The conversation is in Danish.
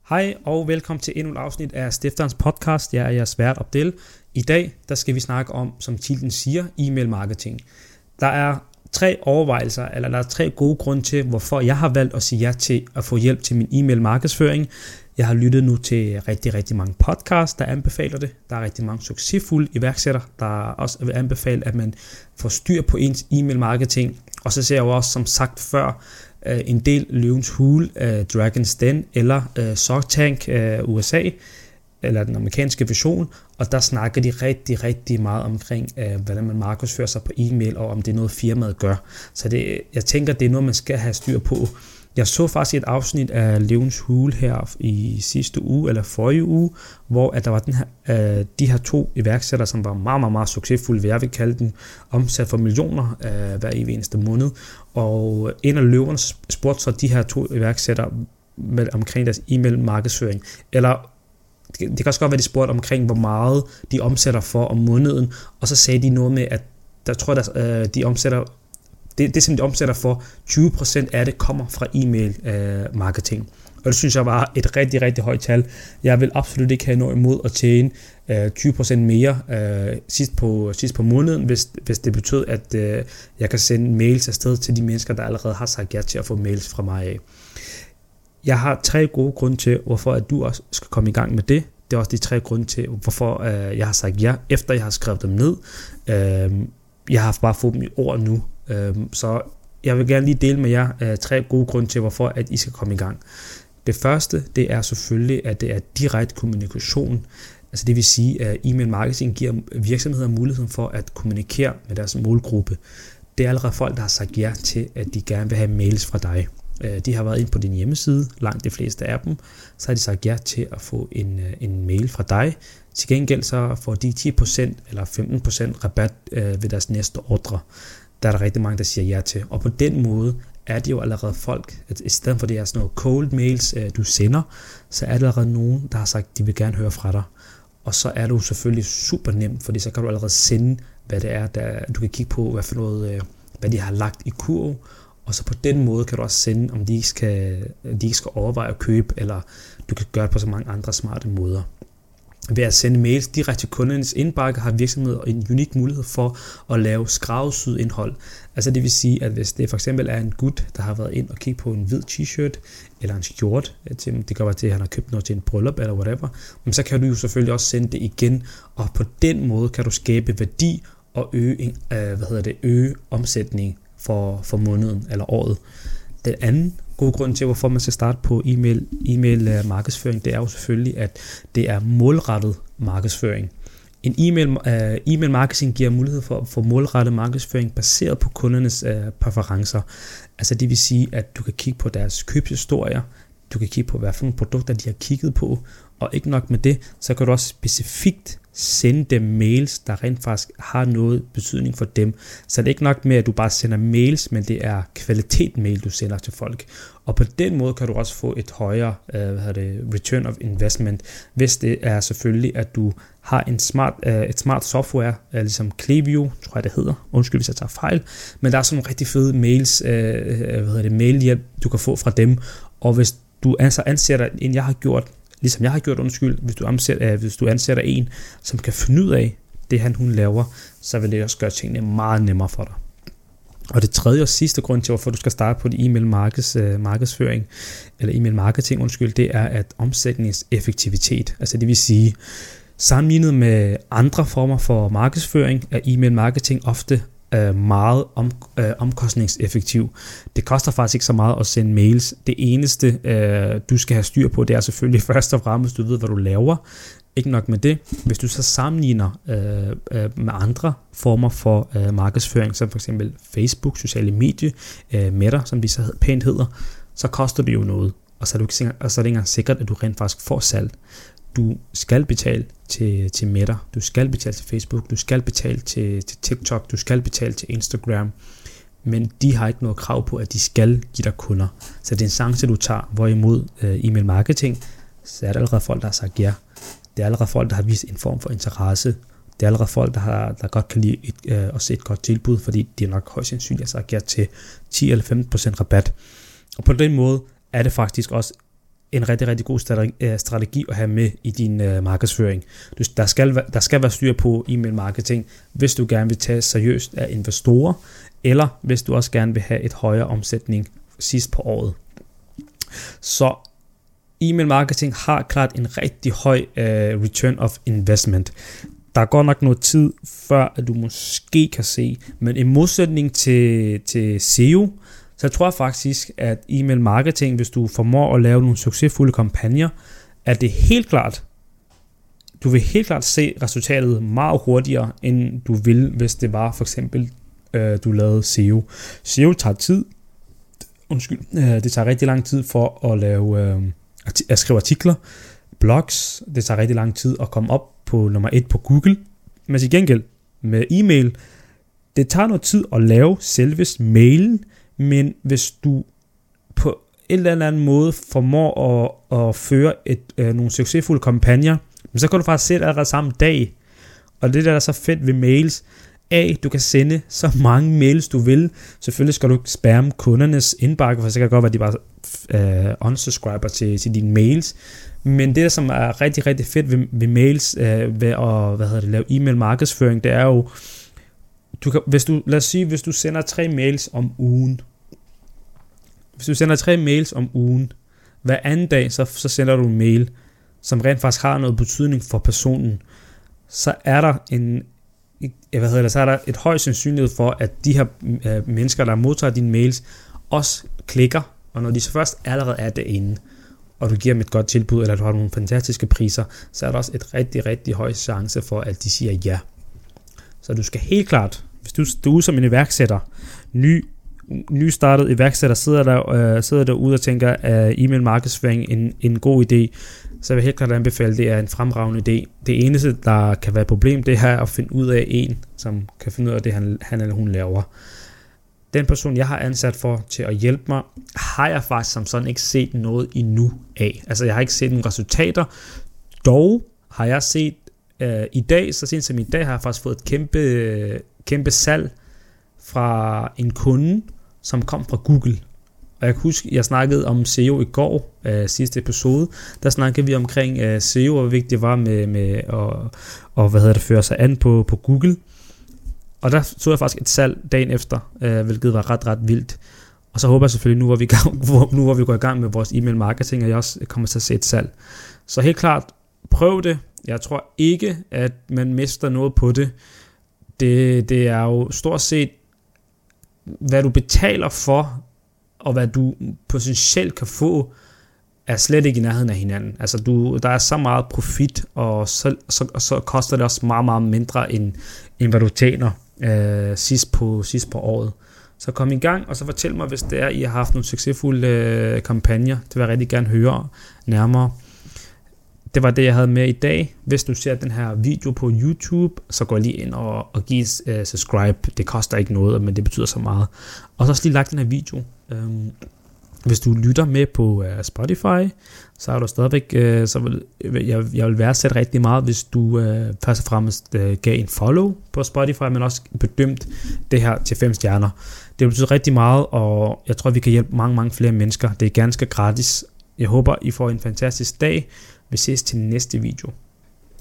Hej og velkommen til endnu et afsnit af Stifterens podcast. Jeg er jeres vært Abdel. I dag der skal vi snakke om, som titlen siger, e-mail marketing. Der er tre gode grunde til, hvorfor jeg har valgt at sige ja til at få hjælp til min e-mail markedsføring. Jeg har lyttet nu til rigtig mange podcasts, der anbefaler det. Der er rigtig mange succesfulde iværksættere, der også vil anbefale, at man får styr på ens e-mail marketing. Og så ser jeg jo også, som sagt før, en del Løvens Hule, Dragon's Den eller Shark Tank USA, eller den amerikanske version, og der snakker de rigtig meget omkring, hvordan man markedsfører sig på e-mail, og om det er noget firmaet gør. Så jeg tænker, det er noget, man skal have styr på. Jeg så faktisk et afsnit af Løvens Hule her i sidste uge, eller forrige uge, hvor at der var de her to iværksættere, som var meget succesfulde, hvad jeg vil kalde dem, omsat for millioner hver eneste måned. Og en af løverne spurgte så de her to iværksættere omkring deres e-mail markedsføring. Eller det kan også godt være, de spurgte omkring, hvor meget de omsætter for om måneden. Og så sagde de noget med, at der tror jeg, de omsætter... Det som de omsætter for, 20% af det kommer fra e-mail marketing. Og det synes jeg var et rigtig højt tal. Jeg vil absolut ikke have noget imod at tjene 20% mere sidst på måneden, hvis det betød, at jeg kan sende mails afsted til de mennesker, der allerede har sagt ja til at få mails fra mig af. Jeg har 3 gode grunde til, hvorfor at du også skal komme i gang med det. Det er også de 3 grunde til, hvorfor jeg har sagt ja, efter jeg har skrevet dem ned. Jeg har bare fået dem i ord nu. Så jeg vil gerne lige dele med jer 3 gode grunde til, hvorfor at I skal komme i gang. Det første, det er selvfølgelig, at det er direkte kommunikation. Altså det vil sige, at e-mail marketing giver virksomheder muligheden for at kommunikere med deres målgruppe. Det er allerede folk, der har sagt ja til, at de gerne vil have mails fra dig. De har været inde på din hjemmeside, langt de fleste af dem, så har de sagt ja til at få en mail fra dig. Til gengæld så får de 10% eller 15% rabat ved deres næste ordre. Der er der rigtig mange, der siger ja til. Og på den måde er det jo allerede folk, at i stedet for det er sådan noget cold mails, du sender, så er der allerede nogen, der har sagt, at de vil gerne høre fra dig. Og så er det jo selvfølgelig super nemt, fordi så kan du allerede sende, hvad det er, du kan kigge på, hvad de har lagt i kurv. Og så på den måde kan du også sende, om de ikke skal overveje at købe, eller du kan gøre det på så mange andre smarte måder. Ved at sende mails direkte til kundernes indbakke har virksomheder en unik mulighed for at lave skræddersyet indhold. Altså det vil sige, at hvis det for eksempel er en gut, der har været ind og kigget på en hvid t-shirt eller en skjort, det kan være til, at han har købt noget til en bryllup eller whatever, men så kan du jo selvfølgelig også sende det igen, og på den måde kan du skabe værdi og øge omsætning for måneden eller året. Den anden god grund til, hvorfor man skal starte på e-mail markedsføring, det er jo selvfølgelig, at det er målrettet markedsføring. En e-mail marketing giver mulighed for at få målrettet markedsføring baseret på kundernes præferencer. Altså det vil sige, at du kan kigge på deres købshistorier, du kan kigge på, hvad for nogle produkter de har kigget på, og ikke nok med det, så kan du også specifikt sende dem mails, der rent faktisk har noget betydning for dem. Så det er ikke nok med, at du bare sender mails, men det er kvalitet-mail, du sender til folk. Og på den måde kan du også få et højere return of investment, hvis det er selvfølgelig, at du har et smart software, ligesom Klaviyo, tror jeg det hedder. Undskyld, hvis jeg tager fejl. Men der er sådan nogle rigtig fede mails, mailhjælp, du kan få fra dem. Og hvis du altså ansætter en, jeg har gjort, hvis du ansætter en, som kan finde ud af det, hun laver, så vil det også gøre tingene meget nemmere for dig. Og det tredje og sidste grund til, hvorfor du skal starte på det e-mail markedsføring, eller e-mail marketing, det er, at omsætningseffektivitet, altså det vil sige, sammenlignet med andre former for markedsføring, er e-mail marketing ofte meget omkostningseffektiv. Det koster faktisk ikke så meget at sende mails. Det eneste, du skal have styr på, det er selvfølgelig først og fremmest, du ved, hvad du laver. Ikke nok med det. Hvis du så sammenligner med andre former for markedsføring, som for eksempel Facebook, sociale medier, Meta, som de så pænt hedder, så koster det jo noget. Og så er det ikke engang sikkert, at du rent faktisk får salg. Du skal betale til Meta, du skal betale til Facebook, du skal betale til TikTok, du skal betale til Instagram, men de har ikke noget krav på, at de skal give dig kunder. Så det er en chance, du tager, hvorimod e-mail marketing, så er det allerede folk, der har sagt ja. Det er allerede folk, der har vist en form for interesse. Det er allerede folk, der godt kan lide at se et godt tilbud, fordi de er nok højst sandsynligt har sagt ja til 10 eller 15% rabat. Og på den måde er det faktisk også en rigtig, rigtig god strategi at have med i din markedsføring. Der skal være styr på e-mail marketing, hvis du gerne vil tage seriøst af investorer, eller hvis du også gerne vil have et højere omsætning sidst på året. Så e-mail marketing har klart en rigtig høj return of investment. Der går nok noget tid, før at du måske kan se, men i modsætning til SEO, så tror jeg faktisk, at e-mail marketing, hvis du formår at lave nogle succesfulde kampagner, at det helt klart, du vil helt klart se resultatet meget hurtigere, end du vil, hvis det var for eksempel, du lavede SEO. SEO tager tid. Det tager rigtig lang tid for at skrive artikler, blogs. Det tager rigtig lang tid at komme op på nummer 1 på Google. Men til gengæld med e-mail, det tager noget tid at lave selve mailen, men hvis du på en eller anden måde formår at føre nogle succesfulde kampagner, så kan du faktisk se det allerede samme dag. Og det der er så fedt ved mails, du kan sende så mange mails du vil. Selvfølgelig skal du ikke spamme kundernes indbakke, for så kan det godt være, at de bare unsubscriber til dine mails. Men det, som er rigtig, rigtig fedt ved mails, ved at lave e-mail markedsføring, det er jo, lad os sige, hvis du sender 3 mails om ugen. Hvis du sender 3 mails om ugen, hver anden dag, så sender du en mail, som rent faktisk har noget betydning for personen, så er der så er der et højt sandsynlighed for, at de her mennesker, der modtager dine mails, også klikker, og når de så først allerede er derinde, og du giver dem et godt tilbud, eller du har nogle fantastiske priser, så er der også et rigtig, rigtig høj chance for, at de siger ja. Så du skal helt klart, hvis du er som en iværksætter, nystartet iværksætter, sidder derude og tænker, at e-mail markedsføring en god idé, så vil jeg helt klart anbefale, det er en fremragende idé. Det eneste, der kan være et problem, det er at finde ud af en, som kan finde ud af det, han eller hun laver. Den person, jeg har ansat for til at hjælpe mig, har jeg faktisk som sådan ikke set noget endnu af. Altså, jeg har ikke set nogle resultater. Dog har jeg set i dag, så sent som i dag, har jeg faktisk fået et kæmpe salg fra en kunde, som kom fra Google. Og jeg kan huske, jeg snakkede om SEO i går, sidste episode. Der snakkede vi omkring SEO, og hvor vigtigt det var med at føre sig an på Google. Og der så jeg faktisk et salg dagen efter, hvilket var ret vildt. Og så håber jeg selvfølgelig, nu hvor vi går i gang med vores e-mail marketing, at jeg også kommer til at se et salg. Så helt klart, prøv det. Jeg tror ikke, at man mister noget på det. Det er jo stort set, hvad du betaler for, og hvad du potentielt kan få, er slet ikke i nærheden af hinanden. Altså der er så meget profit, og så koster det også meget, meget mindre, end hvad du tjener sidst på året. Så kom i gang, og så fortæl mig, hvis det er, I har haft nogle succesfulde kampagner. Det vil jeg rigtig gerne høre nærmere. Det var det, jeg havde med i dag. Hvis du ser den her video på YouTube, så gå lige ind og giv subscribe. Det koster ikke noget, men det betyder så meget. Og så også lige lagt den her video. Hvis du lytter med på Spotify, så er du stadigvæk, jeg vil værdsætte rigtig meget, hvis du først og fremmest gav en follow på Spotify, men også bedømt det her til 5 stjerner. Det betyder rigtig meget, og jeg tror, vi kan hjælpe mange flere mennesker. Det er ganske gratis. Jeg håber, I får en fantastisk dag. Vi ses til næste video.